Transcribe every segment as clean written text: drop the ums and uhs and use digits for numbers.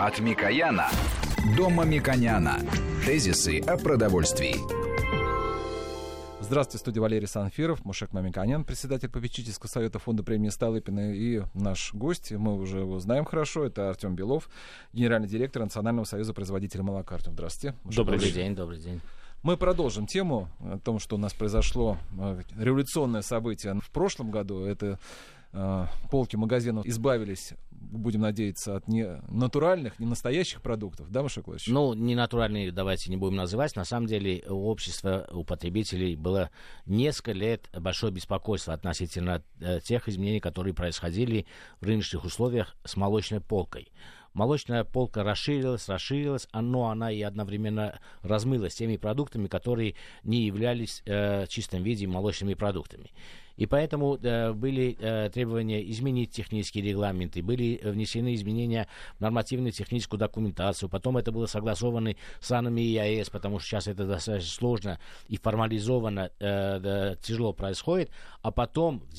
От Микояна до Мамиконяна. Тезисы о продовольствии. Здравствуйте, в студии Валерий Санфиров, Мушек Мамиконян, председатель попечительского совета фонда премии Столыпина, и наш гость, мы уже его знаем хорошо, это Артем Белов, генеральный директор Национального союза производителей молока. Артем, здравствуйте. Добрый день. Мы продолжим тему о том, что у нас произошло революционное событие в прошлом году. Это полки магазинов избавились, будем надеяться, от не натуральных, не настоящих продуктов, да, Мушек Владимирович? Ну, не натуральные давайте не будем называть. На самом деле у общества, у потребителей было несколько лет большое беспокойство относительно тех изменений, которые происходили в рыночных условиях с молочной полкой. Молочная полка расширилась, но она и одновременно размылась теми продуктами, которые не являлись в чистом виде молочными продуктами. И поэтому были требования изменить технические регламенты, были внесены изменения в нормативно-техническую документацию. Потом это было согласовано с САНами и ЕАЭС, потому что сейчас это достаточно сложно и формализованно тяжело происходит. А потом в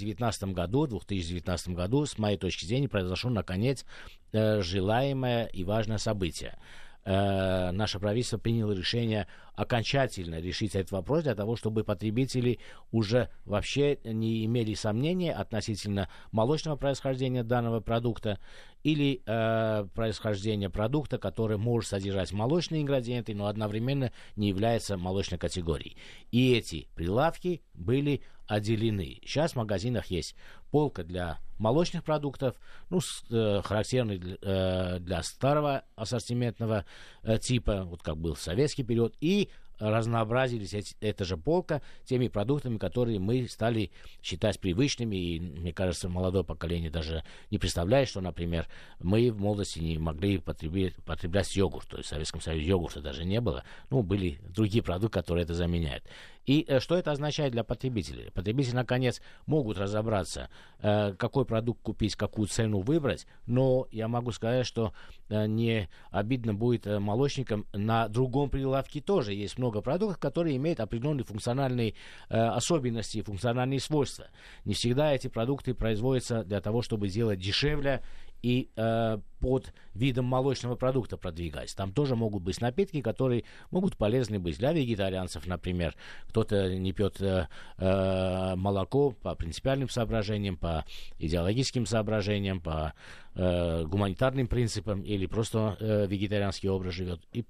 2019 году, с моей точки зрения, произошло, наконец, желаемое и важное событие. Наше правительство приняло решение окончательно решить этот вопрос для того, чтобы потребители уже вообще не имели сомнений относительно молочного происхождения данного продукта или происхождения продукта, который может содержать молочные ингредиенты, но одновременно не является молочной категорией. И эти прилавки были отделены. Сейчас в магазинах есть полка для молочных продуктов, характерный для старого ассортиментного типа, вот как был в советский период, и разнообразились эта же полка теми продуктами, которые мы стали считать привычными. И, мне кажется, молодое поколение даже не представляет, что, например, мы в молодости не могли потреблять йогурт. То есть в Советском Союзе йогурта даже не было. Были другие продукты, которые это заменяют. И что это означает для потребителей? Потребители, наконец, могут разобраться, какой продукт купить, какую цену выбрать, но я могу сказать, что не обидно будет молочникам. На другом прилавке тоже есть много продуктов, которые имеют определенные функциональные особенности, функциональные свойства. Не всегда эти продукты производятся для того, чтобы сделать дешевле и под видом молочного продукта продвигать. Там тоже могут быть напитки, которые могут полезны быть для вегетарианцев, например. Кто-то не пьет молоко по принципиальным соображениям, по идеологическим соображениям, по гуманитарным принципам, или просто вегетарианский образ живет и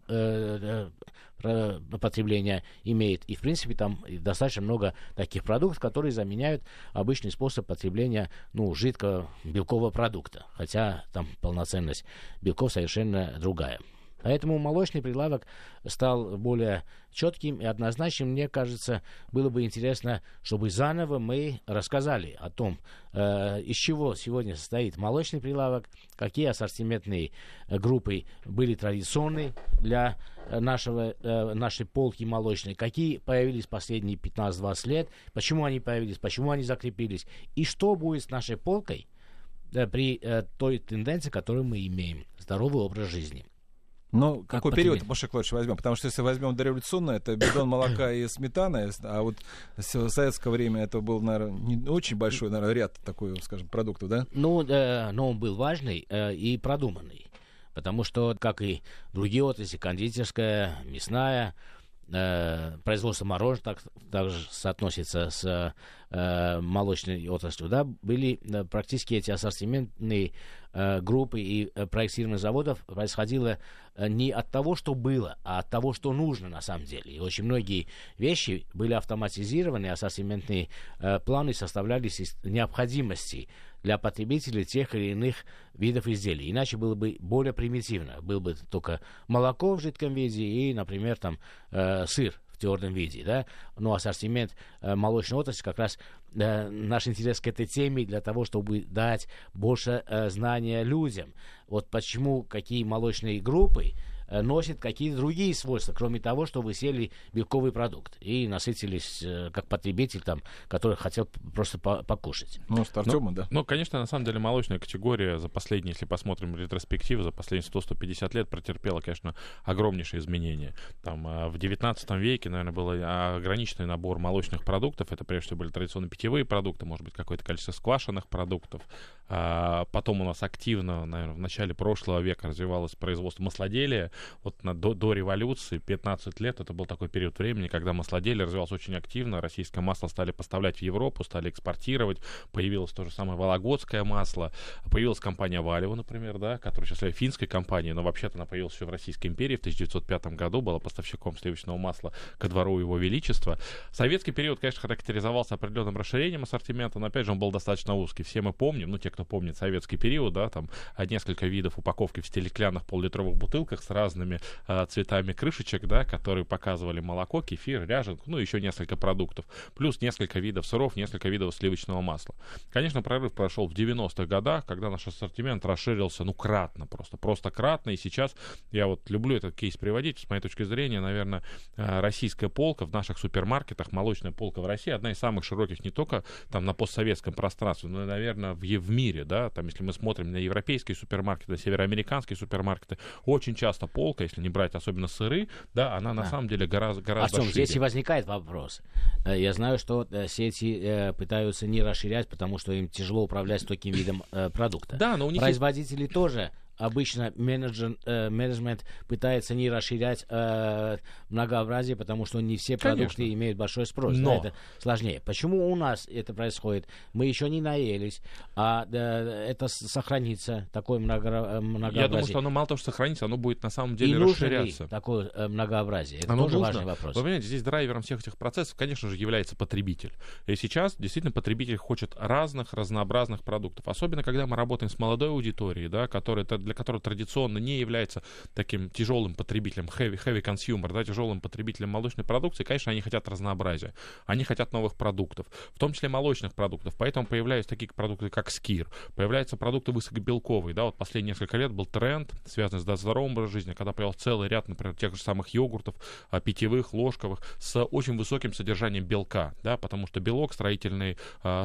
потребление имеет. И, в принципе, там достаточно много таких продуктов, которые заменяют обычный способ потребления жидкого белкового продукта. Хотя там полноценность белков совершенно другая. Поэтому молочный прилавок стал более четким и однозначным. Мне кажется, было бы интересно, чтобы заново мы рассказали о том, из чего сегодня состоит молочный прилавок, какие ассортиментные группы были традиционны для нашей полки молочной, какие появились последние 15-20 лет, почему они появились, почему они закрепились, и что будет с нашей полкой при той тенденции, которую мы имеем. Здоровый образ жизни. Ну, какой период, Мушек Владимирович, возьмем? Потому что если возьмем дореволюционное, это бидон молока и сметана, а вот в советское время это был, наверное, не очень большой, наверное, ряд такой, скажем, продуктов, да? Но он был важный и продуманный, потому что, как и другие отрасли, кондитерская, мясная, производство мороженого также соотносится с молочной отраслью, да, были практически эти ассортиментные группы и проектирование заводов происходило не от того, что было, а от того, что нужно на самом деле. И очень многие вещи были автоматизированы, ассортиментные планы составлялись из необходимости для потребителей тех или иных видов изделий. Иначе было бы более примитивно. Было бы только молоко в жидком виде и, например, там сыр в твердом виде, да, но ассортимент молочной отрасли как раз наш интерес к этой теме для того, чтобы дать больше знания людям. Вот почему какие молочные группы носит какие-то другие свойства, кроме того, что вы съели белковый продукт и насытились как потребитель, там, который хотел просто покушать. Ну, с Артема, да. Ну, конечно, на самом деле молочная категория за последние, если посмотрим ретроспективу, за последние 100-150 лет претерпела, конечно, огромнейшие изменения. Там в 19 веке, наверное, был ограниченный набор молочных продуктов. Это, прежде всего, были традиционно питьевые продукты, может быть, какое-то количество сквашенных продуктов. Потом у нас активно, наверное, в начале прошлого века развивалось производство маслоделия. Вот до революции, 15 лет, это был такой период времени, когда маслоделие развивалось очень активно. Российское масло стали поставлять в Европу, стали экспортировать. Появилось то же самое вологодское масло. Появилась компания Валево, например, да, которая сейчас является финской компанией, но вообще-то она появилась еще в Российской империи в 1905 году, была поставщиком сливочного масла ко двору Его Величества. Советский период, конечно, характеризовался определенным расширением ассортимента, но, опять же, он был достаточно узкий. Все мы помним, ну, те, кто помнит советский период, да, там несколько видов упаковки в стеклянных пол-литровых бутылках с разными цветами крышечек, да, которые показывали молоко, кефир, ряженку, ну, еще несколько продуктов, плюс несколько видов сыров, несколько видов сливочного масла. Конечно, прорыв прошел в 90-х годах, когда наш ассортимент расширился, ну, кратно, просто кратно, и сейчас я вот люблю этот кейс приводить, с моей точки зрения, наверное, российская полка в наших супермаркетах, молочная полка в России, одна из самых широких не только там на постсоветском пространстве, но и, наверное, в мире, да, там, если мы смотрим на европейские супермаркеты, на североамериканские супермаркеты, очень часто полка, если не брать особенно сыры, да, она на самом деле гораздо Артем, шире. здесь и возникает вопрос. Я знаю, что сети пытаются не расширять, потому что им тяжело управлять с таким видом продукта. Да, но у них производители тоже обычно менеджмент пытается не расширять многообразие, потому что не все продукты Конечно. имеют большой спрос. Но Да, это сложнее. Почему у нас это происходит? Мы еще не наелись, а это сохранится, такое многообразие. Я думаю, что оно мало того, что сохранится, оно будет на самом деле и нужно расширяться. Ли такое многообразие? Это Оно тоже нужно. важный вопрос. Вы понимаете, здесь драйвером всех этих процессов, конечно же, является потребитель. И сейчас действительно потребитель хочет разнообразных продуктов. Особенно, когда мы работаем с молодой аудиторией, да, для которой традиционно не является таким тяжелым потребителем, heavy consumer, да, тяжелым потребителем молочной продукции, конечно, они хотят разнообразия. Они хотят новых продуктов, в том числе молочных продуктов. Поэтому появляются такие продукты, как скир, появляются продукты высокобелковые. Да, вот последние несколько лет был тренд, связанный с здоровым образом жизни, когда появился целый ряд, например, тех же самых йогуртов, питьевых, ложковых, с очень высоким содержанием белка, да, потому что белок — строительный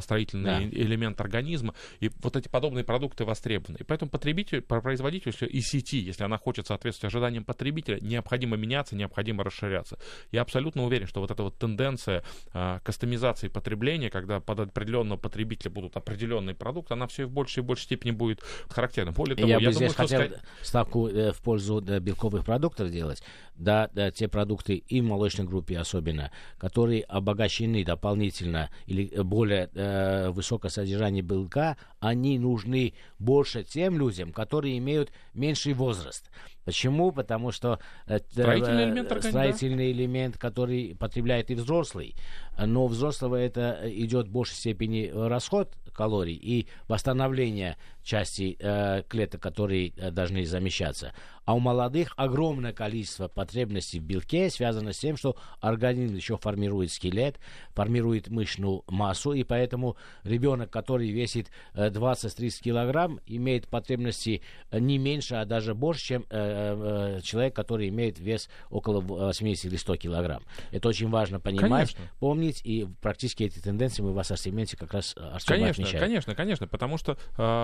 элемент организма, и вот эти подобные продукты востребованы. И поэтому производителю и сети, если она хочет соответствовать ожиданиям потребителя, необходимо меняться, необходимо расширяться. Я абсолютно уверен, что вот эта вот тенденция кастомизации потребления, когда под определенного потребителя будут определенные продукты, она все в большей и большей степени будет характерна. Более того, я бы здесь хотел ставку в пользу белковых продуктов делать. Да, те продукты и в молочной группе особенно, которые обогащены дополнительно или более высокое содержание белка, они нужны больше тем людям, которые имеют меньший возраст. Почему? Потому что строительный элемент, который потребляет и взрослый, но у взрослого это идет в большей степени расход калорий и восстановление части клеток, которые должны замещаться. А у молодых огромное количество потребностей в белке связано с тем, что организм еще формирует скелет, формирует мышечную массу, и поэтому ребенок, который весит 20-30 килограмм, имеет потребности не меньше, а даже больше, чем человек, который имеет вес около 80 или 100 килограмм. Это очень важно понимать, конечно, помнить, и практически эти тенденции мы в ассортименте как раз особо отмечаем. Конечно, потому что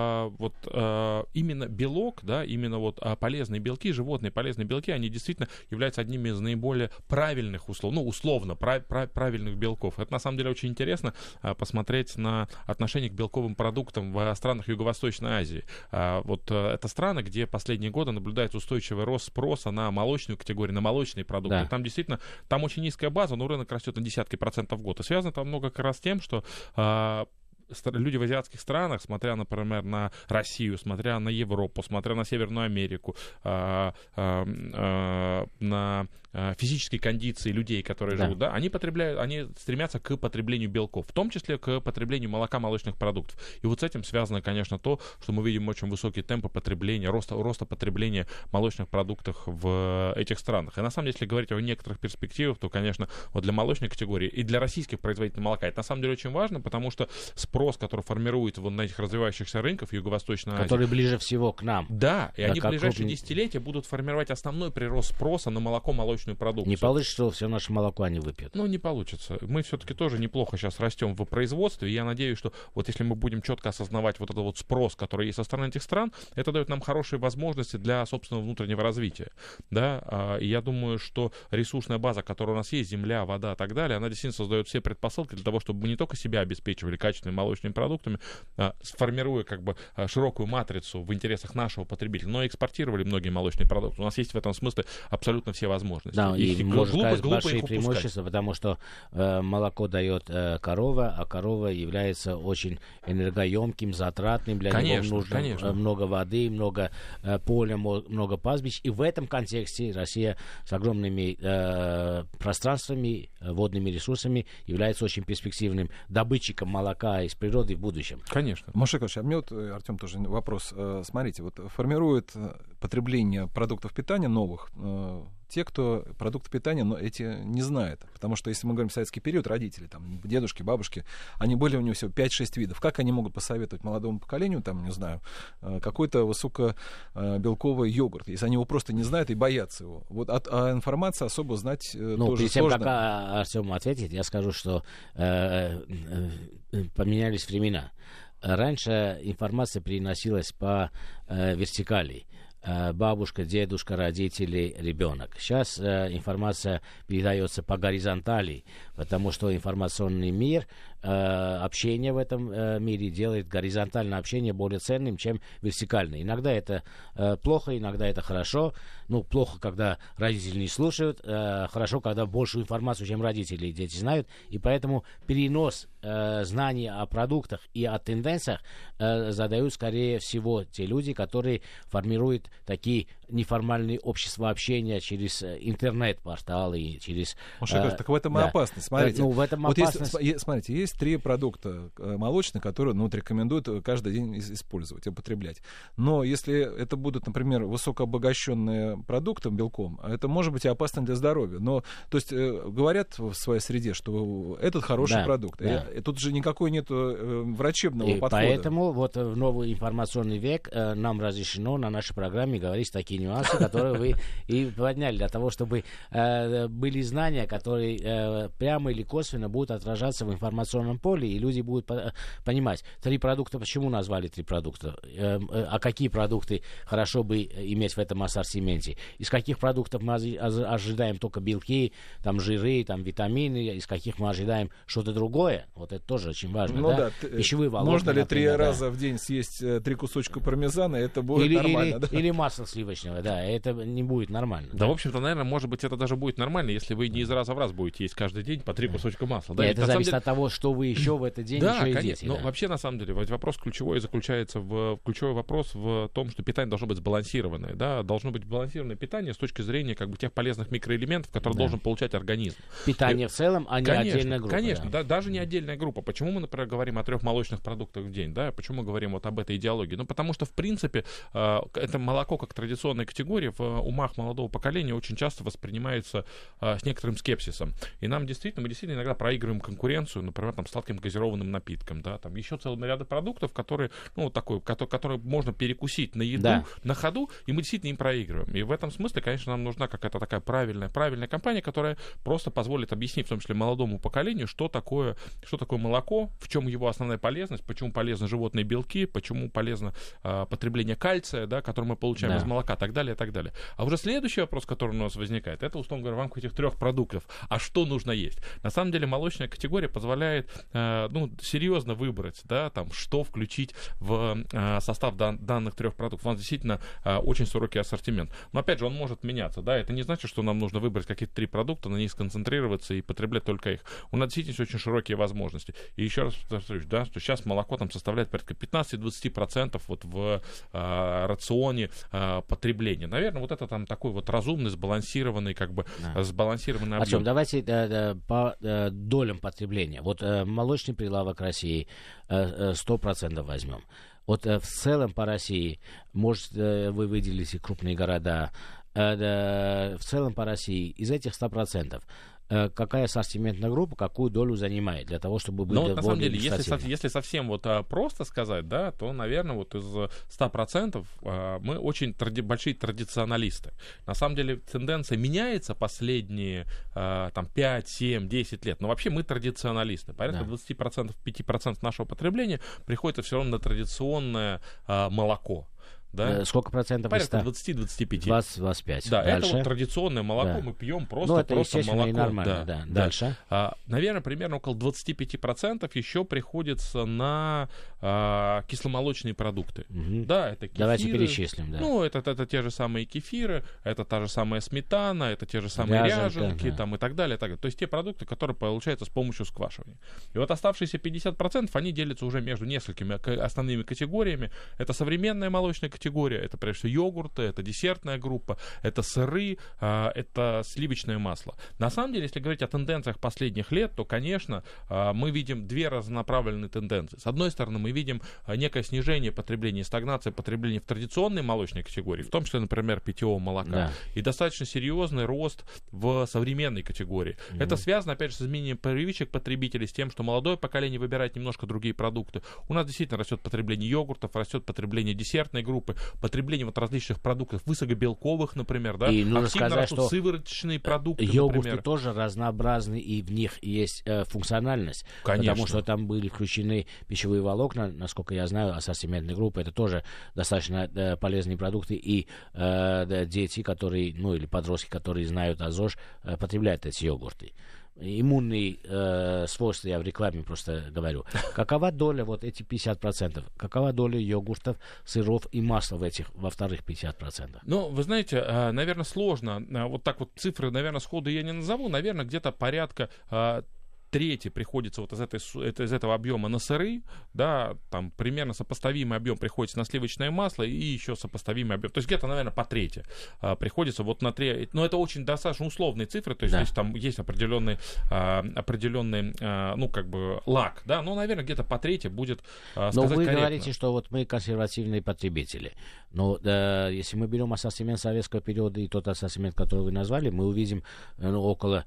именно белок, да, именно вот полезные белки, животные полезные белки, они действительно являются одними из наиболее правильных условно правильных белков. Это на самом деле очень интересно посмотреть на отношение к белковым продуктам в странах Юго-Восточной Азии. Вот это страны, где последние годы наблюдается устойчивый рост спроса на молочную категорию, на молочные продукты. Да. Там действительно, там очень низкая база, но рынок растет на десятки процентов в год. И связано там много как раз с тем, что люди в азиатских странах, смотря, например, на Россию, смотря на Европу, смотря на Северную Америку, на физической кондиции людей, которые живут, да, они стремятся к потреблению белков, в том числе к потреблению молока, молочных продуктов. И вот с этим связано, конечно, то, что мы видим очень высокие темпы потребления, роста потребления молочных продуктов в этих странах. И на самом деле, если говорить о некоторых перспективах, то, конечно, вот для молочной категории и для российских производителей молока это на самом деле очень важно, потому что спрос, который формируется вот на этих развивающихся рынках Юго-Восточной Азии, который ближе всего к нам. Да, и они в ближайшие десятилетия будут формировать основной прирост спроса на молоко, молочную продукцию. Не получится, что все наше молоко они выпьют. Ну, не получится. Мы все-таки тоже неплохо сейчас растем в производстве, и я надеюсь, что вот если мы будем четко осознавать вот этот вот спрос, который есть со стороны этих стран, это дает нам хорошие возможности для собственного внутреннего развития. Да? И я думаю, что ресурсная база, которая у нас есть, земля, вода и так далее, она действительно создает все предпосылки для того, чтобы мы не только себя обеспечивали качественными молочными продуктами, сформируя как бы широкую матрицу в интересах нашего потребителя, но и экспортировали многие молочные продукты. У нас есть в этом смысле абсолютно все возможности. Да, и можно сказать, большие преимущества, потому что молоко дает корова, а корова является очень энергоемким, затратным, для него нужно много воды, много поля, много пастбищ, и в этом контексте Россия с огромными пространствами, водными ресурсами является очень перспективным добытчиком молока из природы в будущем. Конечно. Маша Николаевич, а мне вот, Артем, тоже вопрос. Смотрите, вот формирует потребление продуктов питания новых те, кто продукты питания, но эти не знают. Потому что, если мы говорим советский период, родители, там, дедушки, бабушки, они были у него всего 5-6 видов. Как они могут посоветовать молодому поколению, там, не знаю, какой-то высокобелковый йогурт, если они его просто не знают и боятся его? Вот, а информация особо знать тоже сложно. Перед тем, как Артем ответит, я скажу, что поменялись времена. Раньше информация переносилась по вертикали. Бабушка, дедушка, родители, ребенок. Сейчас информация передается по горизонтали, потому что информационный мир, общение в этом мире делает горизонтальное общение более ценным, чем вертикальное. Иногда это плохо, иногда это хорошо. Ну, плохо, когда родители не слушают, хорошо, когда большую информацию, чем родители, дети знают. И поэтому перенос знаний о продуктах и о тенденциях задают, скорее всего, те люди, которые формируют такие неформальные общества общения через интернет-порталы, через... Так в этом и опасность. Смотрите, в этом опасность... Смотрите, есть 3 продукта молочные, которые рекомендуют каждый день использовать, употреблять. Но если это будут, например, высокообогащенные продукты белком, это может быть и опасно для здоровья. Но, то есть, говорят в своей среде, что этот хороший продукт. Да. И тут же никакой нет врачебного подхода. Поэтому вот в новый информационный век нам разрешено на нашей программе говорить такие нюансы, которые вы и подняли, для того, чтобы были знания, которые прямо или косвенно будут отражаться в информационном поле, и люди будут понимать, 3 продукта, почему назвали 3 продукта, а какие продукты хорошо бы иметь в этом ассортименте, из каких продуктов мы ожидаем только белки, там жиры, там витамины, из каких мы ожидаем что-то другое, вот это тоже очень важно. Пищевые волокна. Можно ли 3 раза в день съесть 3 кусочка пармезана, это будет нормально? Или масло сливочного, это не будет нормально. Да, в общем-то, наверное, может быть, это даже будет нормально, если вы не из раза в раз будете есть каждый день по 3 кусочка масла. Да, это зависит от того, что вы еще в этот день еще едите. Но вообще, на самом деле, вопрос ключевой заключается ключевой вопрос в том, что питание должно быть сбалансированное. Да? Должно быть сбалансированное питание с точки зрения тех полезных микроэлементов, которые должен получать организм. Питание в целом, а не отдельная группа. Конечно, даже не отдельная группа. Почему мы, например, говорим о 3 молочных продуктах в день? Да? Почему мы говорим вот об этой идеологии? Ну, потому что, в принципе, это молоко как традиционная категория в умах молодого поколения очень часто воспринимается с некоторым скепсисом. И мы действительно иногда проигрываем конкуренцию, например, сладким газированным напиткам, да, там еще целый ряд продуктов, которые, которые можно перекусить на еду, на ходу, и мы действительно им проигрываем. И в этом смысле, конечно, нам нужна какая-то такая правильная компания, которая просто позволит объяснить, в том числе молодому поколению, что такое молоко, в чем его основная полезность, почему полезны животные белки, почему полезно потребление кальция, да, который мы получаем из молока, так далее, и так далее. А уже следующий вопрос, который у нас возникает, это, условно говоря, в рамках этих 3 продуктов. А что нужно есть? На самом деле, молочная категория позволяет позволяет серьезно выбрать, да, там, что включить в состав данных 3 продуктов. У нас действительно очень широкий ассортимент. Но опять же, он может меняться, да, это не значит, что нам нужно выбрать какие-то 3 продукта, на них сконцентрироваться и потреблять только их. У нас действительно очень широкие возможности. И еще раз повторюсь, да, что сейчас молоко там составляет порядка 15-20% вот в рационе потребления. Наверное, вот это там такой вот разумный, сбалансированный, сбалансированный объем. Давайте по долям потребления. Вот молочный прилавок России 100% возьмем. Вот в целом по России, может, вы выделите крупные города, в целом по России из этих 100%, какая ассортиментная группа, какую долю занимает, для того, чтобы быть более на самом деле, иллюстративным. если совсем просто сказать, да, то, наверное, вот из 100% мы очень большие традиционалисты. На самом деле тенденция меняется последние 5, 7, 10 лет, но вообще мы традиционалисты. Порядка 20%, 5% нашего потребления приходится все равно на традиционное молоко. Да? Сколько процентов? Порядка 20-25. 20-25. Да, дальше? это вот традиционное молоко, мы пьем просто это молоко. И нормально, да. Дальше? Наверное, примерно около 25% еще приходится на кисломолочные продукты. Угу. Да, это кефиры. Давайте перечислим, да. Это те же самые кефиры, это та же самая сметана, это те же самые ряженки там, и так далее, так далее. То есть те продукты, которые получаются с помощью сквашивания. И вот оставшиеся 50%, они делятся уже между несколькими основными категориями. Это современная молочная категория, это прежде всего йогурты, это десертная группа, это сыры, это сливочное масло. На самом деле, если говорить о тенденциях последних лет, то, конечно, мы видим 2 разнонаправленные тенденции. С одной стороны, мы видим некое снижение потребления, стагнация потребления в традиционной молочной категории, в том числе, например, питьевого молока, и достаточно серьезный рост в современной категории. Это связано, опять же, с изменением привычек потребителей, с тем, что молодое поколение выбирает немножко другие продукты. У нас действительно растет потребление йогуртов, растет потребление десертной группы, потребление вот различных продуктов высокобелковых, например, да, и нужно активно сказать, растут что сывороточные продукты, йогурты например. тоже разнообразны, и в них есть функциональность. Конечно. Потому что там были включены пищевые волокна, насколько я знаю, ассортиментной группы. Это тоже достаточно полезные продукты, и дети, которые, или подростки, которые знают о ЗОЖ, потребляют эти йогурты. Иммунные свойства, я в рекламе просто говорю. Какова доля, вот эти 50%, какова доля йогуртов, сыров и масла во вторых 50%? Вы знаете, наверное, сложно. Вот так вот цифры, наверное, сходу я не назову. Наверное, где-то порядка трети приходится вот из этого объема на сыры, да, там примерно сопоставимый объем приходится на сливочное масло и еще сопоставимый объем. То есть где-то, наверное, по трети приходится вот на треть. Но это очень достаточно условные цифры, то есть здесь там есть определенный лаг, да, но, наверное, где-то по трети будет сказать корректно. Но вы говорите, что вот мы консервативные потребители. Но если мы берем ассортимент советского периода и тот ассортимент, который вы назвали, мы увидим около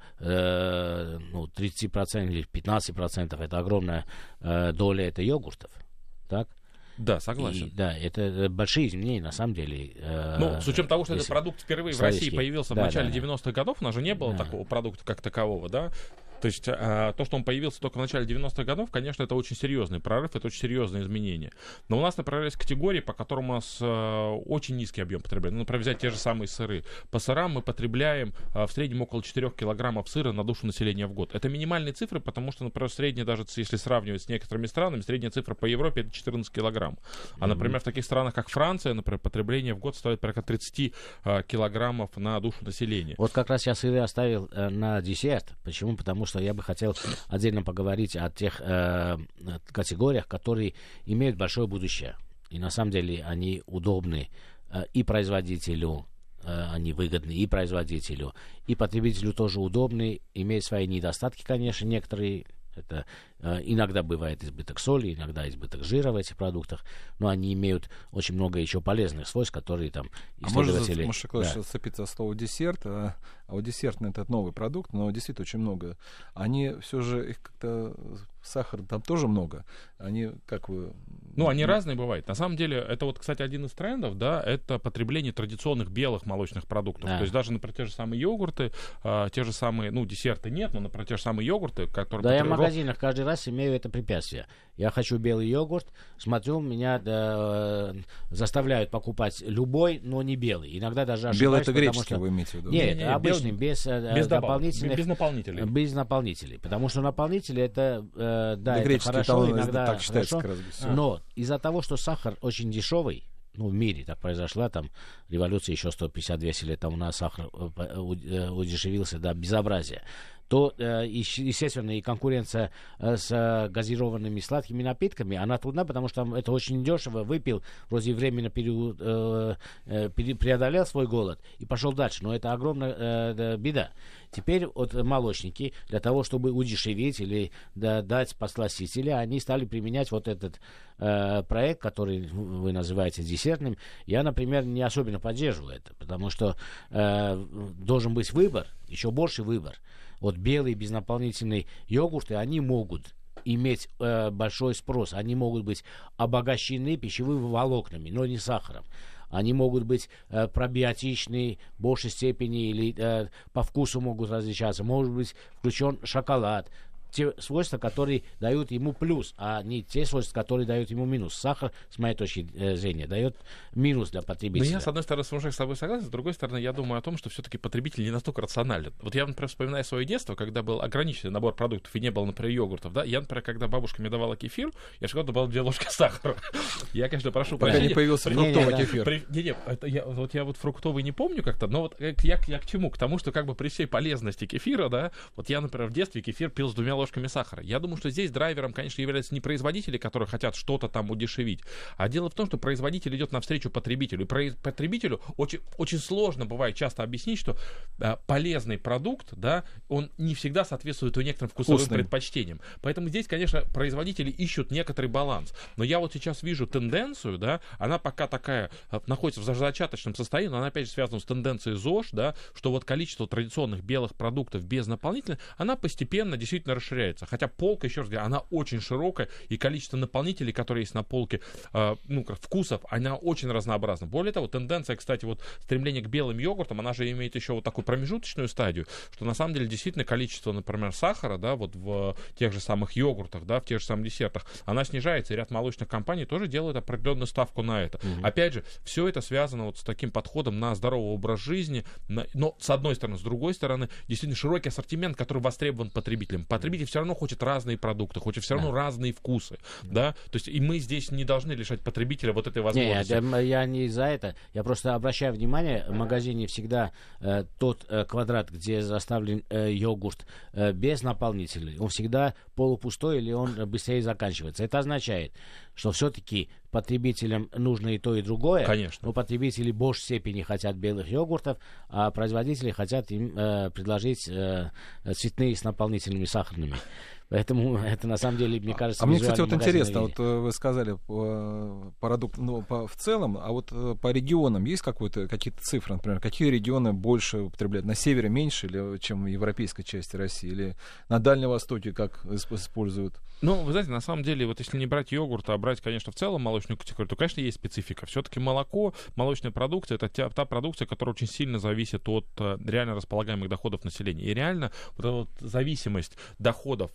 30% или 15%, это огромная доля, это йогуртов, так? Да, согласен. Это большие изменения, на самом деле. С учетом того, что этот продукт впервые в России появился в начале 90-х годов, у нас же не было такого продукта как такового, да? То есть то, что он появился только в начале 90-х годов, конечно, это очень серьезный прорыв, это очень серьезные изменения. Но у нас, например, есть категории, по которым у нас очень низкий объем потребления. Например, взять те же самые сыры. По сырам мы потребляем в среднем около 4 килограммов сыра на душу населения в год. Это минимальные цифры, потому что, например, средняя, даже если сравнивать с некоторыми странами, средняя цифра по Европе — это 14 килограмм. А, например, в таких странах, как Франция, например, потребление в год стоит порядка 30 килограммов на душу населения. Вот как раз я сыры оставил на десерт. Почему? Потому что я бы хотел отдельно поговорить о тех категориях, которые имеют большое будущее. И на самом деле они удобны и производителю, они выгодны и производителю, и потребителю тоже удобны, имеют свои недостатки, конечно, некоторые. Это иногда бывает избыток соли, иногда избыток жира в этих продуктах, но они имеют очень много еще полезных свойств, которые там исследователи... Можно зацепиться за слово десерт, а вот десертный этот новый продукт, но действительно очень много. Они все же, их как-то... Сахара там тоже много. Они, как вы... они разные бывают. На самом деле, это вот, кстати, один из трендов, да, это потребление традиционных белых молочных продуктов. То есть даже, например, те же самые йогурты, те же самые, десерты нет, но, например, те же самые йогурты, которые... Я в магазинах каждый раз имею это препятствие. Я хочу белый йогурт, смотрю, меня заставляют покупать любой, но не белый. Иногда даже ошибаюсь. Белый — это греческий, вы имеете в виду? Нет, обычный, без дополнительных... Без наполнителей. Без наполнителей. Потому что наполнители это, да, это хорошо, иногда так считается, хорошо. Но из-за того, что сахар очень дешевый, в мире так произошла, там, революция еще 150-200 лет тому назад, сахар удешевился до безобразия, то, естественно, и конкуренция с газированными сладкими напитками, она трудна, потому что это очень дешево. Выпил, вроде временно преодолел свой голод и пошел дальше. Но это огромная беда. Теперь вот молочники, для того, чтобы удешевить или дать подсластителя, они стали применять вот этот проект, который вы называете десертным. Я, например, не особенно поддерживаю это, потому что должен быть выбор, еще больше выбор. Вот белые безнаполнительные йогурты, они могут иметь большой спрос. Они могут быть обогащены пищевыми волокнами, но не сахаром. Они могут быть пробиотичные в большей степени или по вкусу могут различаться. Может быть включен шоколад. Те свойства, которые дают ему плюс, а не те свойства, которые дают ему минус. Сахар, с моей точки зрения, дает минус для потребителя. Но я, с одной стороны, с тобой согласен, с другой стороны, я думаю о том, что все-таки потребитель не настолько рационален. Вот я, например, вспоминаю свое детство, когда был ограниченный набор продуктов и не было, например, йогуртов. Да? Я, например, когда бабушка мне давала кефир, я всегда добавлял 2 ложки сахара. Я, конечно, прошу прощения. Пока не появился фруктовый кефир. Я вот фруктовый не помню как-то, но вот я к чему? К тому, что как бы при всей полезности кефира, да, вот я, например, в детстве кефир пил с 2 ложками сахара. Я думаю, что здесь драйвером, конечно, являются не производители, которые хотят что-то там удешевить, а дело в том, что производитель идет навстречу потребителю. И потребителю очень, очень сложно бывает часто объяснить, что полезный продукт, да, он не всегда соответствует некоторым вкусовым предпочтениям. Поэтому здесь, конечно, производители ищут некоторый баланс. Но я вот сейчас вижу тенденцию, да, она пока такая находится в зачаточном состоянии, но она опять же связана с тенденцией ЗОЖ, да, что вот количество традиционных белых продуктов без наполнителя, она постепенно действительно расширяется. Хотя полка, еще раз говорю, она очень широкая, и количество наполнителей, которые есть на полке, вкусов, она очень разнообразна. Более того, тенденция, кстати, вот стремление к белым йогуртам, она же имеет еще вот такую промежуточную стадию, что на самом деле действительно количество, например, сахара, да, вот в тех же самых йогуртах, да, в тех же самых десертах, она снижается, и ряд молочных компаний тоже делают определенную ставку на это. Опять же, все это связано вот с таким подходом на здоровый образ жизни, но с одной стороны, с другой стороны, действительно широкий ассортимент, который востребован потребителем. Потребитель все равно хочет разные продукты, хочет все равно разные вкусы, да, то есть и мы здесь не должны лишать потребителя вот этой возможности. Нет, я не за это, я просто обращаю внимание, в магазине всегда тот квадрат, где заставлен йогурт без наполнителей, он всегда полупустой или он быстрее заканчивается. Это означает, что все-таки потребителям нужно и то, и другое. Конечно. Но потребители в большей степени хотят белых йогуртов, а производители хотят им предложить цветные с наполнительными сахарными. Поэтому это на самом деле, мне кажется, мне, кстати, вот интересно, вот вы сказали продукт, в целом, а вот по регионам есть какие-то цифры, например, какие регионы больше употребляют? На севере меньше, чем в европейской части России, или на Дальнем Востоке как используют? Ну, вы знаете, на самом деле, вот если не брать йогурт, а брать, конечно, в целом молочную категорию, то, конечно, есть специфика. Все-таки молоко, молочная продукция, это та продукция, которая очень сильно зависит от реально располагаемых доходов населения. И реально вот эта вот зависимость доходов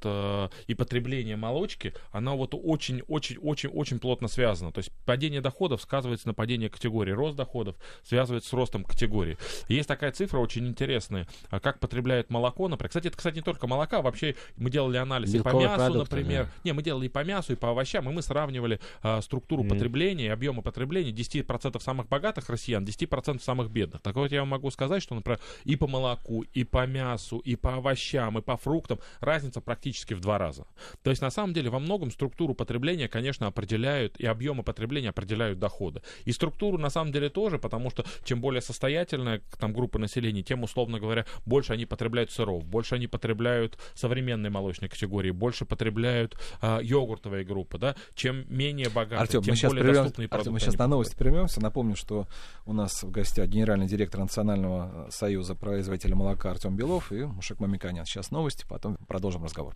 и потребления молочки, она вот очень-очень-очень плотно связана. То есть падение доходов сказывается на падении категории, рост доходов связывается с ростом категории. Есть такая цифра очень интересная, как потребляет молоко, например. Кстати, это, не только молока, вообще мы делали анализ и по мясу, например. Да. Мы делали и по мясу, и по овощам, и мы сравнивали структуру потребления, объемы потребления 10% самых богатых россиян, 10% самых бедных. Так вот, я вам могу сказать, что, например, и по молоку, и по мясу, и по овощам, и по фруктам разница практически в 2 раза. То есть, на самом деле, во многом структуру потребления, конечно, определяют, и объемы потребления определяют доходы. И структуру, на самом деле, тоже, потому что чем более состоятельная там группа населения, тем, условно говоря, больше они потребляют сыров, больше они потребляют современной молочной категории, больше потребляют йогуртовые группы, да, чем менее богатые, Артем, тем более доступные продукты. Артем, мы сейчас на новости прервемся. Напомню, что у нас в гостях генеральный директор Национального союза производителей молока Артем Белов и Мушек Мамиканян. Сейчас новости, потом продолжим разговор.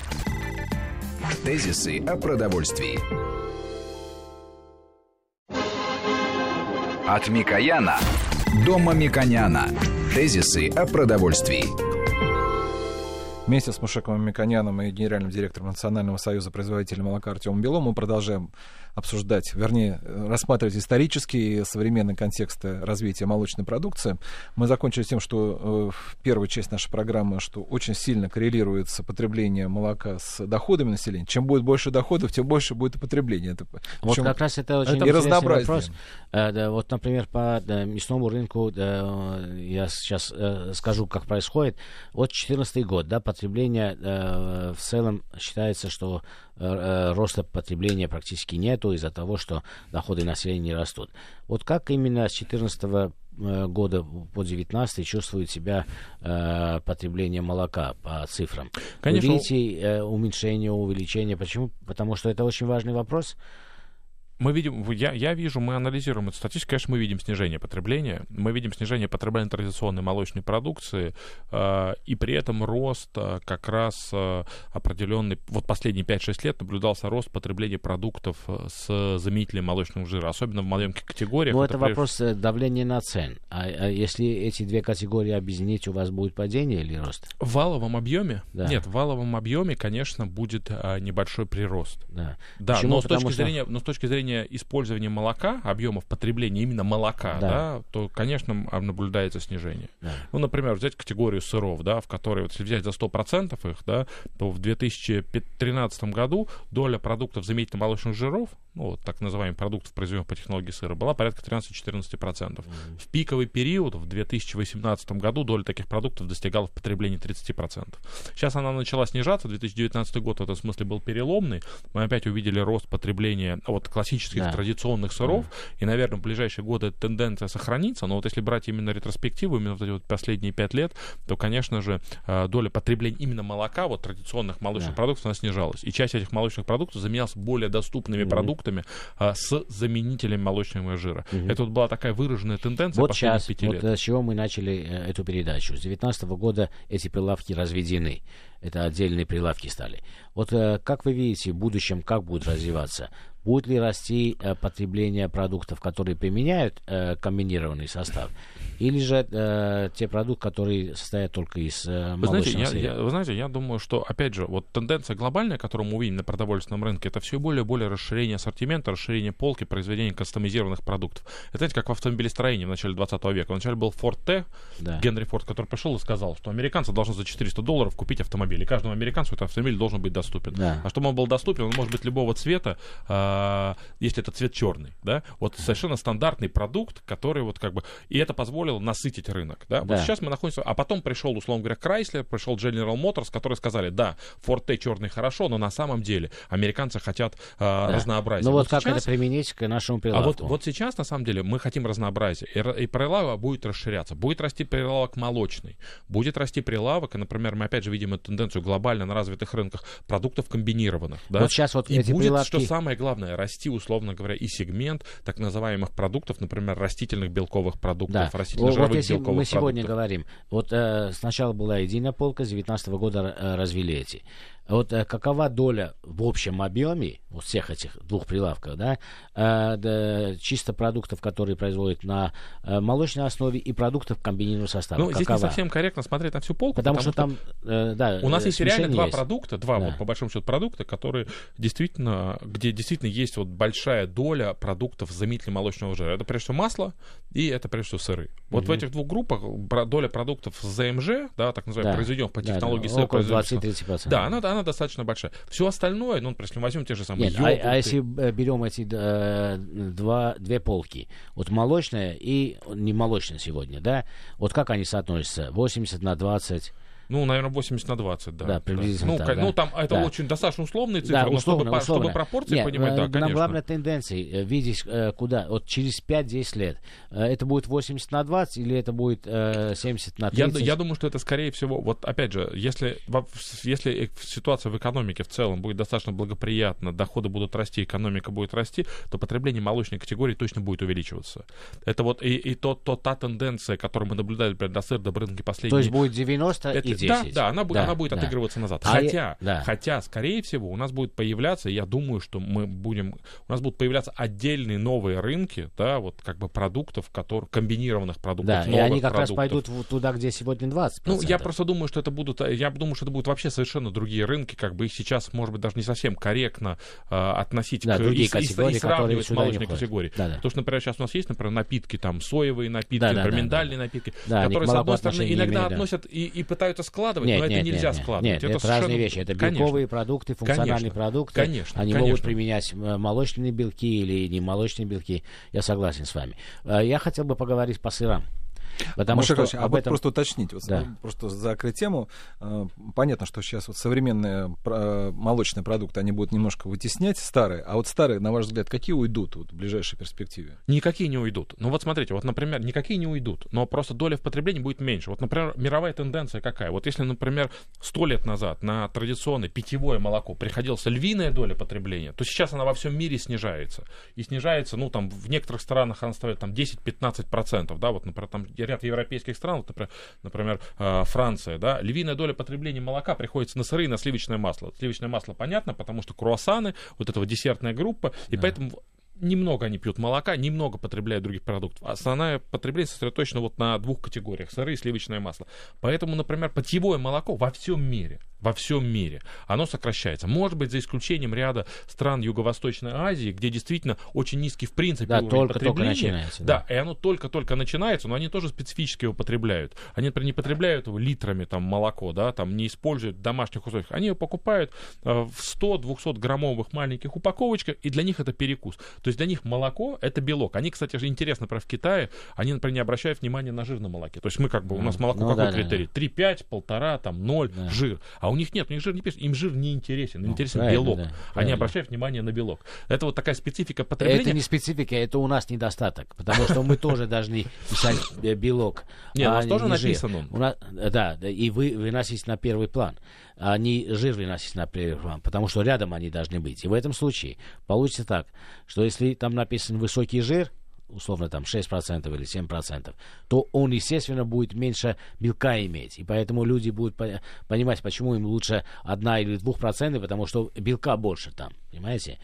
Тезисы о продовольствии. От Микояна до Мамиканяна. Тезисы о продовольствии. Вместе с Мушеком Мамиконяном и генеральным директором Национального союза производителей молока Артемом Беловым мы продолжаем обсуждать, вернее, рассматривать исторические и современные контексты развития молочной продукции. Мы закончили тем, что первая часть нашей программы, что очень сильно коррелируется потребление молока с доходами населения. Чем будет больше доходов, тем больше будет и потребление. Это, вот как раз это очень интересный вопрос. Вот, например, по мясному рынку я сейчас скажу, как происходит. Вот 2014 год, да, потребление в целом считается, что роста потребления практически нету из-за того, что доходы населения не растут. Вот как именно с 2014 года по 2019 чувствует себя потребление молока по цифрам? Конечно. Вы видите уменьшение, увеличение? Почему? Потому что это очень важный вопрос. Мы видим, я вижу, мы анализируем эту статистику, конечно, мы видим снижение потребления, мы видим снижение потребления традиционной молочной продукции, и при этом рост как раз определенный, вот последние 5-6 лет наблюдался рост потребления продуктов с заменителем молочного жира, особенно в маленьких категориях. Ну, это вопрос давления на цен. А если эти две категории объединить, у вас будет падение или рост? В валовом объеме? Да. Нет, в валовом объеме, конечно, будет небольшой прирост. Да, да. Почему? Но с точки зрения использования молока, объемов потребления именно молока, да, то, конечно, наблюдается снижение. Да. Ну, например, взять категорию сыров, да, в которой, вот, если взять за 100% их, да, то в 2013 году доля продуктов заменителей молочных жиров, ну, вот, так называемых продуктов, произведенных по технологии сыра, была порядка 13-14%. В пиковый период, в 2018 году, доля таких продуктов достигала в потреблении 30%. Сейчас она начала снижаться, 2019 год в этом смысле был переломный, мы опять увидели рост потребления вот классических традиционных сыров, и, наверное, в ближайшие годы эта тенденция сохранится, но вот если брать именно ретроспективу, именно вот эти вот последние 5 лет, то, конечно же, доля потребления именно молока, вот традиционных молочных продуктов, она снижалась. И часть этих молочных продуктов заменялась более доступными продуктами с заменителем молочного жира. Это вот была такая выраженная тенденция вот последних сейчас, 5 лет. Вот с чего мы начали эту передачу. С 2019 года эти прилавки разведены. Это отдельные прилавки стали. Вот как вы видите, в будущем как будет развиваться? Будет ли расти потребление продуктов, которые применяют комбинированный состав? Или же те продукты, которые состоят только из молочного сырья? Вы знаете, я думаю, что, опять же, вот тенденция глобальная, которую мы увидим на продовольственном рынке, это все более и более расширение ассортимента, расширение полки, произведение кастомизированных продуктов. Это, знаете, как в автомобилестроении в начале 20 века. Вначале был Ford T, Генри Форд, который пришел и сказал, что американцы должны за $400 купить автомобиль, и каждому американцу этот автомобиль должен быть доступен. Да. А чтобы он был доступен, он может быть любого цвета, если это цвет черный, да, вот совершенно стандартный продукт, который вот как бы, и это позволило насытить рынок, да. Вот сейчас мы находимся, а потом пришел, условно говоря, Chrysler, пришел General Motors, которые сказали, да, Ford T черный хорошо, но на самом деле американцы хотят разнообразия. Ну вот как сейчас это применить к нашему прилавку? А вот сейчас, на самом деле, мы хотим разнообразия, и прилавок будет расширяться, будет расти прилавок молочный, будет расти прилавок, и, например, мы опять же видим эту тенденцию глобально на развитых рынках продуктов комбинированных, да. Вот сейчас вот и эти будет, прилавки... что самое главное, расти, условно говоря, и сегмент так называемых продуктов, например, растительных белковых продуктов, растительно-жировых вот если белковых мы сегодня продуктов. Говорим, вот сначала была единая полка, с 2019 года развели эти. Вот какова доля в общем объеме вот всех этих двух прилавков, чисто продуктов, которые производят на молочной основе, и продуктов комбинированного состава? Ну, здесь не совсем корректно смотреть на всю полку, потому что там, у нас есть реально два есть. продукта, вот, по большому счету, продукта, которые действительно, где действительно есть вот большая доля продуктов с заменителем молочного жира. Это, прежде всего, масло, и это, прежде всего, сыры. Вот в этих двух группах доля продуктов с ЗМЖ, так называемых, произведенных по технологии сыра, около 20-30%. Да, она достаточно большая. Все остальное, ну, если мы возьмем те же самые йогурты. А если берем эти две полки, вот молочная и не молочная сегодня, да, вот как они соотносятся? 80/20? Ну, наверное, 80/20, да. Да, приблизительно. Ну, так, ну там это очень достаточно условные цифры, да, но условно. чтобы пропорции понимать, да, конечно. Нам главная тенденция видеть, куда. Вот через 5-10 лет это будет 80/20 или это будет 70/30? Я думаю, что это, скорее всего, вот опять же, если ситуация в экономике в целом будет достаточно благоприятна, доходы будут расти, экономика будет расти, то потребление молочной категории точно будет увеличиваться. Это вот та тенденция, которую мы наблюдали, например, до сыра, до рынка последние... То есть будет 90 и 10. 10. Да, она будет отыгрываться назад. Хотя, скорее всего, у нас будет появляться, я думаю, что у нас будут появляться отдельные новые рынки, да, вот как бы продуктов, комбинированных продуктов, да, новых и они как продуктов. раз пойдут туда, где сегодня 20%. Ну, я просто думаю, что это будут вообще совершенно другие рынки, как бы их сейчас, может быть, даже не совсем корректно относить другие и категории, сравнивать с молочной категорией. Потому что, например, сейчас у нас есть, например, напитки, там, соевые напитки, миндальные напитки, которые, с одной стороны, иногда относят и пытаются складывать, но это нельзя складывать. Нет, это разные вещи. Это белковые продукты, функциональные продукты. Они могут применять молочные белки или не молочные белки. Я согласен с вами. Я хотел бы поговорить по сырам. Потому что просто уточнить, просто закрыть тему. Понятно, что сейчас вот современные молочные продукты, они будут немножко вытеснять старые, а вот старые, на ваш взгляд, какие уйдут в ближайшей перспективе? Никакие не уйдут. Ну вот смотрите, вот, например, никакие не уйдут, но просто доля в потреблении будет меньше. Вот, например, мировая тенденция какая? Вот если, например, 100 лет назад на традиционное питьевое молоко приходилась львиная доля потребления, то сейчас она во всем мире снижается. И снижается, там, в некоторых странах она составляет там 10-15%, да, вот, например, там ряд европейских стран, вот, например, Франция, да, львиная доля потребления молока приходится на сыры и на сливочное масло. Сливочное масло понятно, потому что круассаны, вот эта вот десертная группа, и поэтому немного они пьют молока, немного потребляют других продуктов. Основное потребление сосредоточено вот на двух категориях: сыры и сливочное масло. Поэтому, например, питьевое молоко во всем мире, оно сокращается. Может быть, за исключением ряда стран Юго-Восточной Азии, где действительно очень низкий в принципе уровень потребления. Да, и оно только-только начинается, но они тоже специфически его потребляют. Они, например, не потребляют его литрами там, молоко, да, там, не используют в домашних условиях. Они его покупают в 100-200 граммовых маленьких упаковочках, и для них это перекус. То есть для них молоко — это белок. Они, кстати же, интересно, например, в Китае, они, например, не обращают внимания на жир на молоке. То есть мы как бы, у нас молоко какой критерий? 3,5, 1,5, там, 0, жир. А у них нет, у них жир не пишет, им жир не интересен, им интересен белок. Они обращают внимание на белок. Это вот такая специфика потребления. Это не специфика, это у нас недостаток, потому что мы тоже должны писать белок. Нет, у нас тоже написан он. Да, и вы выносите на первый план. Они жир выносить на первый план, потому что рядом они должны быть. И в этом случае получится так, что если там написан высокий жир, условно там 6% или 7%, то он, естественно, будет меньше белка иметь. И поэтому люди будут понимать, почему им лучше 1 или 2%, потому что белка больше там. Понимаете?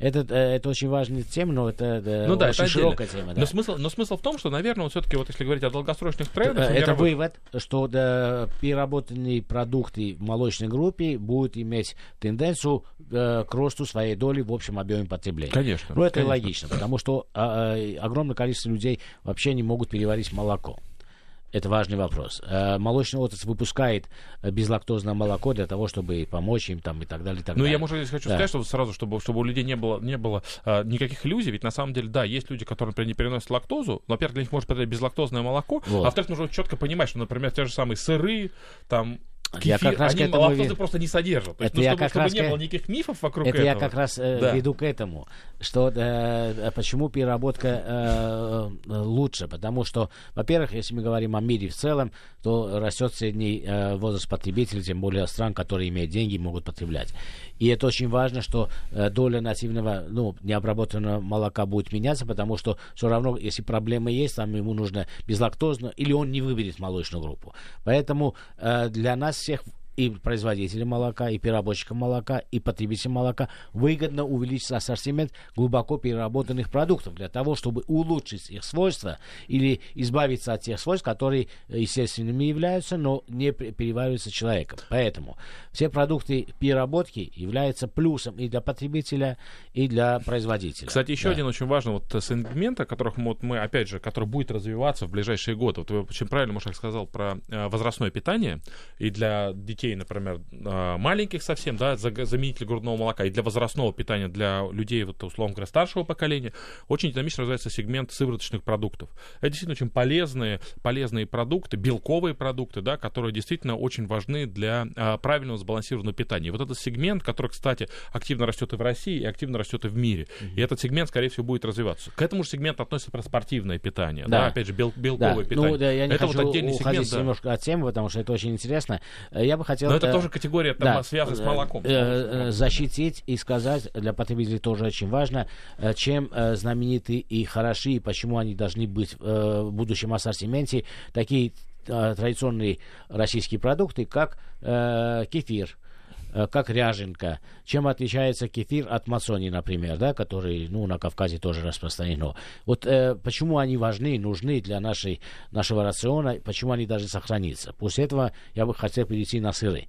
Это очень важная тема, но это очень широкая тема. Да. Но смысл в том, что, наверное, вот все-таки, вот если говорить о долгосрочных трендах... Это вывод, что переработанные продукты в молочной группе будут иметь тенденцию к росту своей доли в общем объеме потребления. Конечно. Но это логично, потому что огромное количество людей вообще не могут переварить молоко. Это важный вопрос. Молочный отрасль выпускает безлактозное молоко для того, чтобы помочь им там, и так далее. Ну, я, может, хочу сказать, что сразу, чтобы у людей не было никаких иллюзий, ведь на самом деле, да, есть люди, которые, например, не переносят лактозу, но, во-первых, для них может потребовать безлактозное молоко, а во-вторых, нужно четко понимать, что, например, те же самые сыры, там, кефир, они лактозы просто не содержат. То есть, чтобы не было никаких мифов вокруг этого. Это я как раз веду к этому, что почему переработка лучше. Потому что, во-первых, если мы говорим о мире в целом, то растет средний возраст потребителей, тем более стран, которые имеют деньги, могут потреблять. И это очень важно, что доля нативного, необработанного молока будет меняться, потому что все равно, если проблемы есть, там ему нужно безлактозно, или он не выберет молочную группу. Поэтому для нас всех, и производителям молока, и переработчикам молока, и потребителям молока выгодно увеличить ассортимент глубоко переработанных продуктов для того, чтобы улучшить их свойства или избавиться от тех свойств, которые естественными являются, но не перевариваются человеком. Поэтому все продукты переработки являются плюсом и для потребителя, и для производителя. Кстати, еще один очень важный сегмент, о котором мы, опять же, который будет развиваться в ближайшие годы. Вот вы очень правильно, Мушек, сказал про возрастное питание, и для детей, например, маленьких совсем, да, заменитель грудного молока, и для возрастного питания, для людей, вот, условно говоря, старшего поколения, очень динамично развивается сегмент сывороточных продуктов. Это действительно очень полезные продукты, белковые продукты, да, которые действительно очень важны для правильного сбалансированного питания. И вот этот сегмент, который, кстати, активно растет и в России, и активно растет и в мире. И этот сегмент, скорее всего, будет развиваться. К этому же сегменту относится про спортивное питание, да, опять же, белковое питание. Я не это хочу вот отдельный уходить сегмент, немножко от темы, потому что это очень интересно. Я бы хотел... Но это тоже категория, связана с молоком. Защитить и сказать, для потребителей тоже очень важно, чем знамениты и хороши, и почему они должны быть в будущем ассортименте такие традиционные российские продукты, как кефир, как ряженка. Чем отличается кефир от мацони, например, да, который, на Кавказе тоже распространено. Вот почему они важны, нужны для нашего рациона, почему они должны сохраниться. После этого я бы хотел перейти на сыры.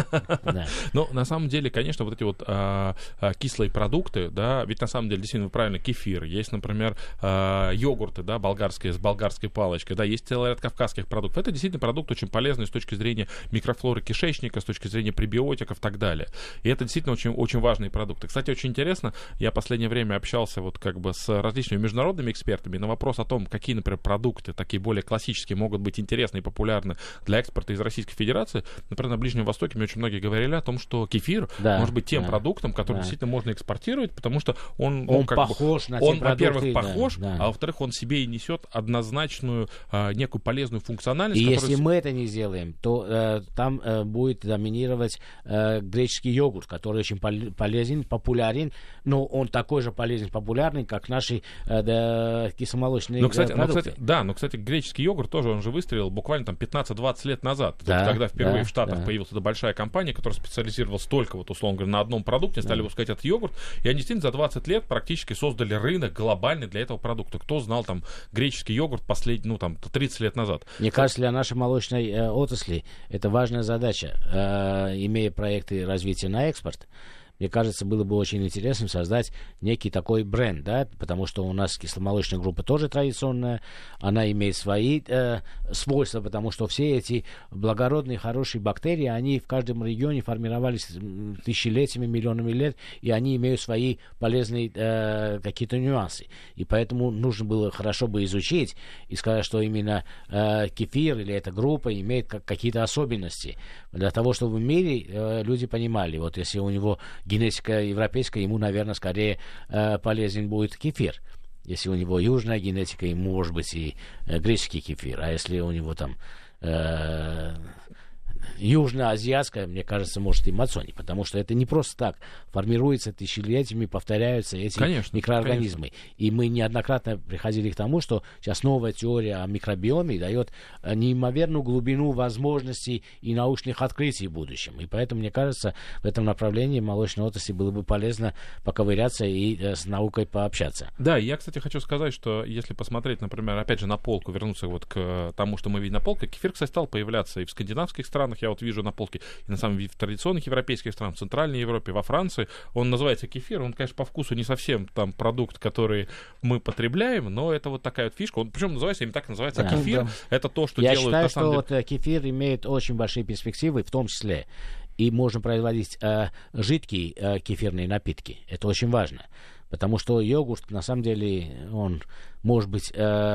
Ну, на самом деле, конечно, вот эти вот кислые продукты, да, ведь на самом деле, действительно, правильно, кефир, есть, например, йогурты, да, болгарские, с болгарской палочкой, да, есть целый ряд кавказских продуктов. Это действительно продукт очень полезный с точки зрения микрофлоры кишечника, с точки зрения пребиотиков и так далее. И это действительно очень, очень важные продукты. Кстати, очень интересно, я в последнее время общался вот как бы с различными международными экспертами на вопрос о том, какие, например, продукты, такие более классические, могут быть интересны и популярны для экспорта из Российской Федерации. Например, на Ближнем Востоке мне очень многие говорили о том, что кефир может быть тем продуктом, который действительно можно экспортировать, потому что он как похож бы, на те он, продукты, во-первых, похож, а во-вторых, он в себе и несет однозначную некую полезную функциональность. И если мы это не сделаем, то там будет доминировать греческий йогурт, который очень полезен, популярен, но он такой же полезен, популярный, как наши кисломолочные продукты. Кстати, греческий йогурт тоже, он же выстрелил буквально там 15-20 лет назад, когда впервые в Штатах появилась эта большая компания, которая специализировалась только, вот, условно говоря, на одном продукте, стали выпускать этот йогурт, и они действительно за 20 лет практически создали рынок глобальный для этого продукта. Кто знал там греческий йогурт 30 лет назад? Мне кажется, для нашей молочной отрасли это важная задача, имея проекты развития на экспорт. Мне кажется, было бы очень интересно создать некий такой бренд, да, потому что у нас кисломолочная группа тоже традиционная, она имеет свои свойства, потому что все эти благородные, хорошие бактерии, они в каждом регионе формировались тысячелетиями, миллионами лет, и они имеют свои полезные какие-то нюансы. И поэтому нужно было хорошо бы изучить и сказать, что именно кефир или эта группа имеет какие-то особенности, для того, чтобы в мире люди понимали, вот если у него генетика европейская, ему, наверное, скорее полезен будет кефир. Если у него южная генетика, ему может быть и греческий кефир. А если у него там южноазиатская, мне кажется, может и мацони, потому что это не просто так. Формируется тысячелетиями, повторяются эти микроорганизмы. Конечно. И мы неоднократно приходили к тому, что сейчас новая теория о микробиоме дает неимоверную глубину возможностей и научных открытий в будущем. И поэтому, мне кажется, в этом направлении молочной отрасли было бы полезно поковыряться и с наукой пообщаться. Да, я, кстати, хочу сказать, что если посмотреть, например, опять же на полку, вернуться вот к тому, что мы видим на полке, кефир, кстати, стал появляться и в скандинавских странах, я вот вижу на полке, и на самом деле в традиционных европейских странах, в Центральной Европе, во Франции, он называется кефир, он, конечно, по вкусу не совсем там продукт, который мы потребляем, но это вот такая вот фишка, он причем называется, именно так называется, кефир, это то, что делают... Я считаю, что вот кефир имеет очень большие перспективы, в том числе, и можно производить жидкие кефирные напитки, это очень важно. Потому что йогурт, на самом деле, он может быть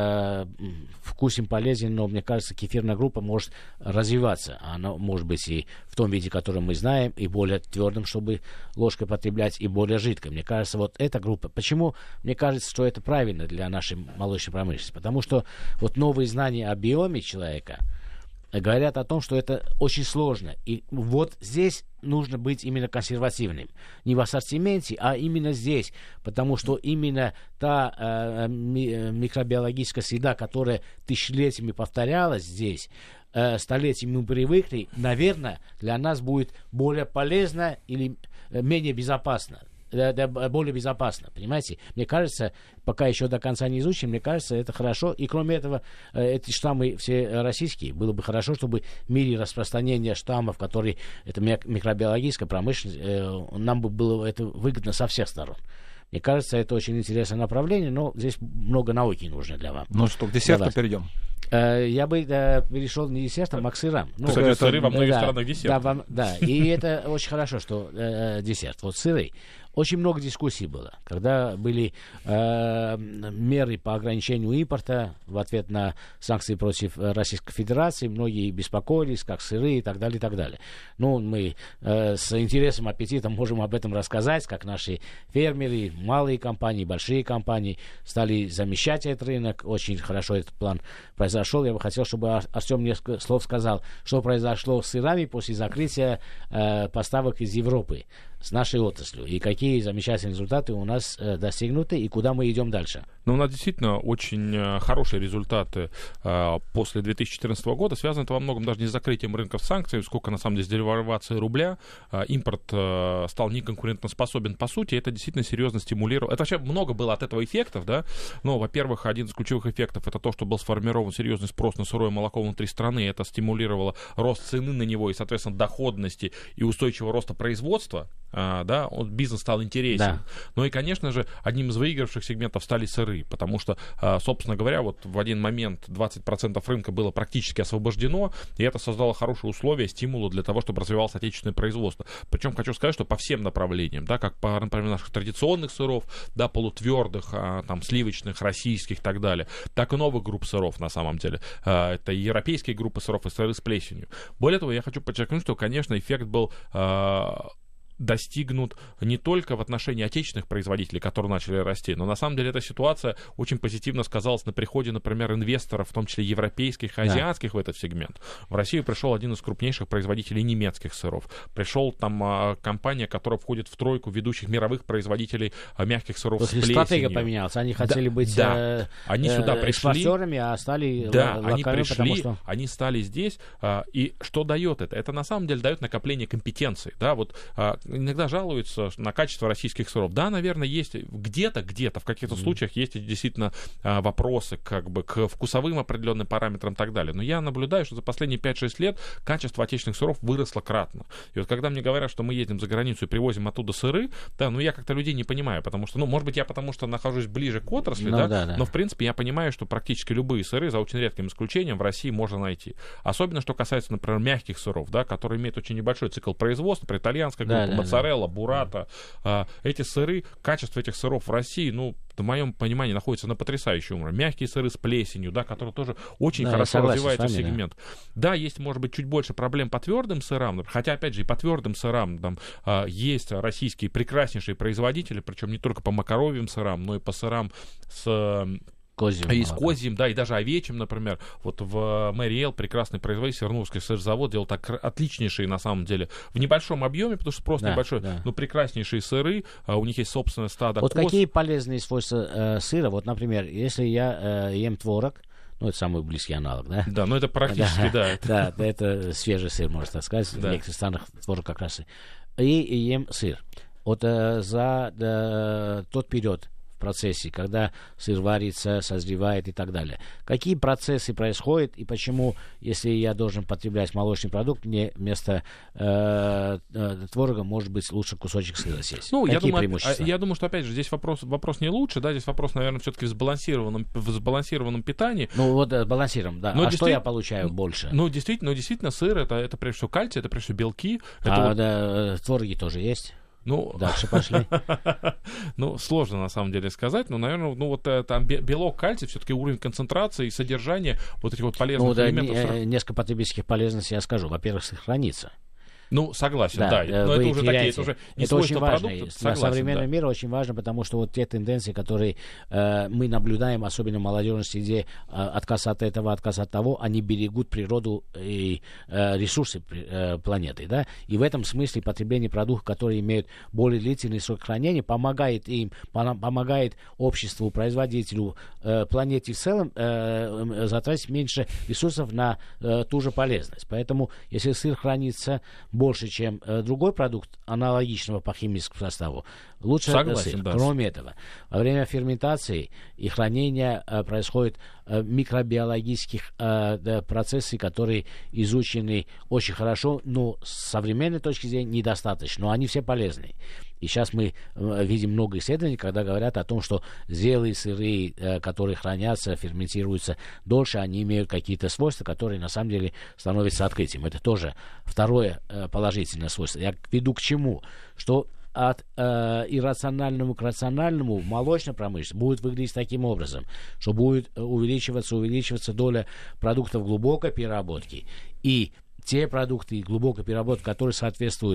вкусен, полезен, но, мне кажется, кефирная группа может развиваться. Она может быть и в том виде, который мы знаем, и более твердым, чтобы ложкой потреблять, и более жидкой. Мне кажется, вот эта группа... Почему мне кажется, что это правильно для нашей молочной промышленности? Потому что вот новые знания о биоме человека говорят о том, что это очень сложно. И вот здесь нужно быть именно консервативным. Не в ассортименте, а именно здесь. Потому что именно та микробиологическая среда, которая тысячелетиями повторялась здесь, столетиями мы привыкли, наверное, для нас будет более полезно или менее безопасно. Более безопасно, понимаете? Мне кажется, пока еще до конца не изучим, мне кажется, это хорошо. И кроме этого, эти штаммы все российские. Было бы хорошо, чтобы в мире распространения штаммов, которые это микробиологическая промышленность, нам бы было это выгодно со всех сторон. Мне кажется, это очень интересное направление, но здесь много науки нужно для вас. Ну что, к десерту перейдем. Я бы перешел не к десертам, а к сырам. Кстати, сыры во многих странах десерт. Да, и это очень хорошо, что десерт. Вот сыры. Очень много дискуссий было, когда были меры по ограничению импорта в ответ на санкции против Российской Федерации. Многие беспокоились, как сыры и так далее, и так далее. Ну, мы с интересом, аппетитом можем об этом рассказать, как наши фермеры, малые компании, большие компании стали замещать этот рынок. Очень хорошо этот план произошел. Я бы хотел, чтобы Артем несколько слов сказал, что произошло с сырами после закрытия поставок из Европы с нашей отраслью, и какие какие замечательные результаты у нас достигнуты и куда мы идем дальше. Но у нас действительно очень хорошие результаты после 2014 года. Связано это во многом даже не с закрытием рынков санкций, сколько на самом деле с девальвацией рубля. Импорт стал неконкурентоспособен по сути. Это действительно серьезно стимулировало. Это вообще много было от этого эффектов, да. Но, во-первых, один из ключевых эффектов это то, что был сформирован серьезный спрос на сырое молоко внутри страны. Это стимулировало рост цены на него и, соответственно, доходности и устойчивого роста производства. Да, бизнес стал интересен. Да. Ну и, конечно же, одним из выигравших сегментов стали сыры, потому что, собственно говоря, вот в один момент 20% рынка было практически освобождено, и это создало хорошие условия, стимулы для того, чтобы развивалось отечественное производство. Причем хочу сказать, что по всем направлениям, да, как по, например, наших традиционных сыров, да, полутвердых, там, сливочных, российских и так далее, так и новых групп сыров, на самом деле. Это и европейские группы сыров, и сыры с плесенью. Более того, я хочу подчеркнуть, что, конечно, эффект был достигнут не только в отношении отечественных производителей, которые начали расти, но на самом деле эта ситуация очень позитивно сказалась на приходе, например, инвесторов, в том числе европейских и азиатских, в этот сегмент. В Россию пришел один из крупнейших производителей немецких сыров. Пришел там компания, которая входит в тройку ведущих мировых производителей мягких сыров с плесенью. Стратегия поменялась. Они хотели быть они сюда пришли, экспортерами, а стали локальными, они пришли, потому что... они стали здесь. И что дает это? Это на самом деле дает накопление компетенций. Да, вот иногда жалуются на качество российских сыров. Да, наверное, есть где-то, в каких-то случаях есть действительно вопросы как бы к вкусовым определенным параметрам и так далее. Но я наблюдаю, что за последние 5-6 лет качество отечественных сыров выросло кратно. И вот когда мне говорят, что мы едем за границу и привозим оттуда сыры, да, ну я как-то людей не понимаю, потому что, ну, может быть, я потому что нахожусь ближе к отрасли, да, но в принципе я понимаю, что практически любые сыры, за очень редким исключением, в России можно найти. Особенно, что касается, например, мягких сыров, да, которые имеют очень небольшой цикл производства, например, итальянская группа, моцарелла, буррата. Эти сыры, качество этих сыров в России, ну, в моем понимании, находится на потрясающем уровне. Мягкие сыры с плесенью, да, которые тоже очень хорошо развивается сегмент. Да, есть, может быть, чуть больше проблем по твердым сырам, хотя, опять же, и по твердым сырам там есть российские прекраснейшие производители, причем не только по макаровьим сырам, но и по сырам с... И с козьим, да, и даже овечьим, например. Вот в Мэриэл прекрасный производитель, Свердловский сырзавод, делал так отличнейшие, на самом деле, в небольшом объеме, потому что спрос небольшой, но прекраснейшие сыры, у них есть собственное стадо вот коз. Какие полезные свойства сыра? Вот, например, если я ем творог, ну, это самый близкий аналог, да? Да, но это практически, да. Да, это свежий сыр, можно так сказать. В некоторых странах творог как раз. И ем сыр. Вот за тот период в процессе, когда сыр варится, созревает и так далее. Какие процессы происходят и почему, если я должен потреблять молочный продукт, мне вместо творога может быть лучше кусочек сыра съесть? Ну, какие преимущества? Я думаю, что, опять же, здесь вопрос не лучше, да, здесь вопрос, наверное, все-таки в сбалансированном питании. Ну, вот балансированном, да. Но что я получаю больше? Ну, действительно, сыр, это прежде всего кальций, это прежде всего белки. Да, твороги тоже есть. Ну, дальше пошли. Ну, сложно на самом деле сказать, но, наверное, ну вот там белок, кальций, все-таки уровень концентрации и содержания вот этих вот полезных элементов. Несколько потребительских полезностей я скажу. Во-первых, сохранится. Ну, согласен, да. Но это уже такие, это уже не свойства продукта. Для современного мира очень важно, потому что вот те тенденции, которые мы наблюдаем, особенно в молодежной среде, отказ от этого, отказ от того, они берегут природу и ресурсы планеты, да. И в этом смысле потребление продуктов, которые имеют более длительный срок хранения, помогает им, помогает обществу, производителю, планете в целом затратить меньше ресурсов на ту же полезность. Поэтому, если сыр хранится больше, чем другой продукт аналогичного по химическому составу, лучше сыр. Да. Кроме этого, во время ферментации и хранения происходят микробиологических процессы, которые изучены очень хорошо, но с современной точки зрения недостаточно, но они все полезны. И сейчас мы видим много исследований, когда говорят о том, что зрелые сыры, которые хранятся, ферментируются дольше, они имеют какие-то свойства, которые на самом деле становятся открытием. Это тоже второе положительное свойство. Я веду к чему? Что от иррациональному к рациональному в молочной промышленности будет выглядеть таким образом, что будет увеличиваться доля продуктов глубокой переработки. И те продукты глубокой переработки, которые соответствуют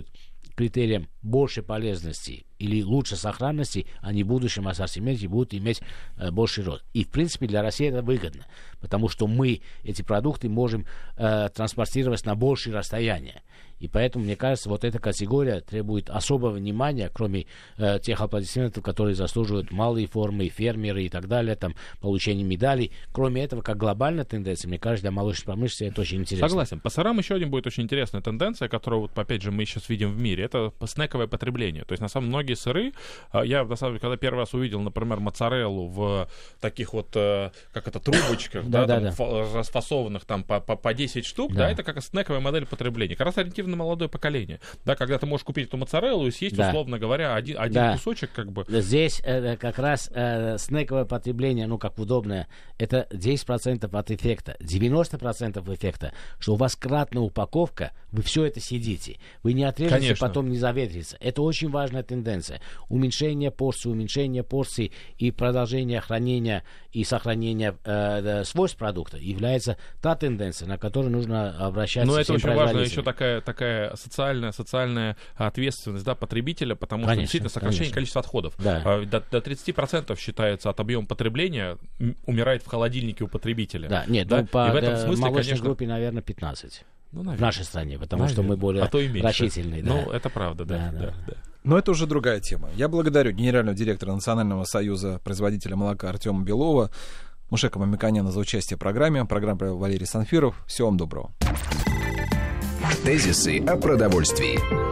критериям больше полезности или лучше сохранности, они в будущем ассортименте будут иметь больший рост. И, в принципе, для России это выгодно, потому что мы эти продукты можем транспортировать на большие расстояния. И поэтому, мне кажется, вот эта категория требует особого внимания, кроме тех аплодисментов, которые заслуживают малые формы, фермеры и так далее, там, получение медалей. Кроме этого, как глобальная тенденция, мне кажется, для молочной промышленности это очень интересно. Согласен. По сырам еще один будет очень интересная тенденция, которую, вот, опять же, мы сейчас видим в мире. Это снековое потребление. То есть, на самом деле, многие сыры, я, на самом деле, когда первый раз увидел, например, моцареллу в таких вот, как это, трубочках, расфасованных там по 10 штук, да, это как снековая модель потребления. Как раз ориентировано на молодое поколение. Да, когда ты можешь купить эту моцареллу и съесть, условно говоря, один кусочек, как бы. Здесь как раз снековое потребление, ну, как удобное, это 10% от эффекта. 90% эффекта, что у вас кратная упаковка, вы все это съедите. Вы не отрежете, потом не заветрится. Это очень важная тенденция. Уменьшение порций и продолжение хранения и сохранения свойств продукта является та тенденция, на которую нужно обращаться. Но это очень важно, еще такая социальная ответственность, да, потребителя, потому что действительно сокращение количества отходов. Да. До 30% считается от объема потребления умирает в холодильнике у потребителя. Да, нет, да? Ну, по и в этом смысле, молочной конечно, группе, наверное, 15. Ну, наверное. В нашей стране, потому что мы более рачительные. Да. Ну, это правда, да. Но это уже другая тема. Я благодарю генерального директора Национального союза производителей молока Артема Белова, Мушека Мамиканяна за участие в программе. Программу провел Валерий Санфиров. Всего вам доброго. Тезисы о продовольствии.